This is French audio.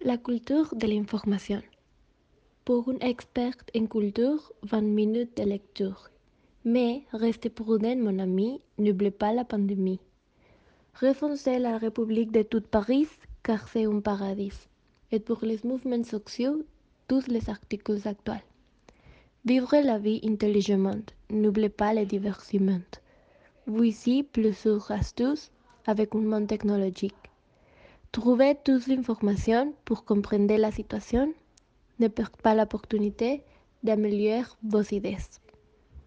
La culture de l'information. Pour un expert en culture, 20 minutes de lecture. Mais restez prudent, mon ami, n'oubliez pas la pandémie. Refoncez la République de tout Paris, car c'est un paradis. Et pour les mouvements sociaux, tous les articles actuels. Vivre la vie intelligemment, n'oubliez pas le divertissement. Voici plusieurs astuces avec un monde technologique. Trouvez toute l'information pour comprendre la situation. Ne perdez pas l'opportunité d'améliorer vos idées.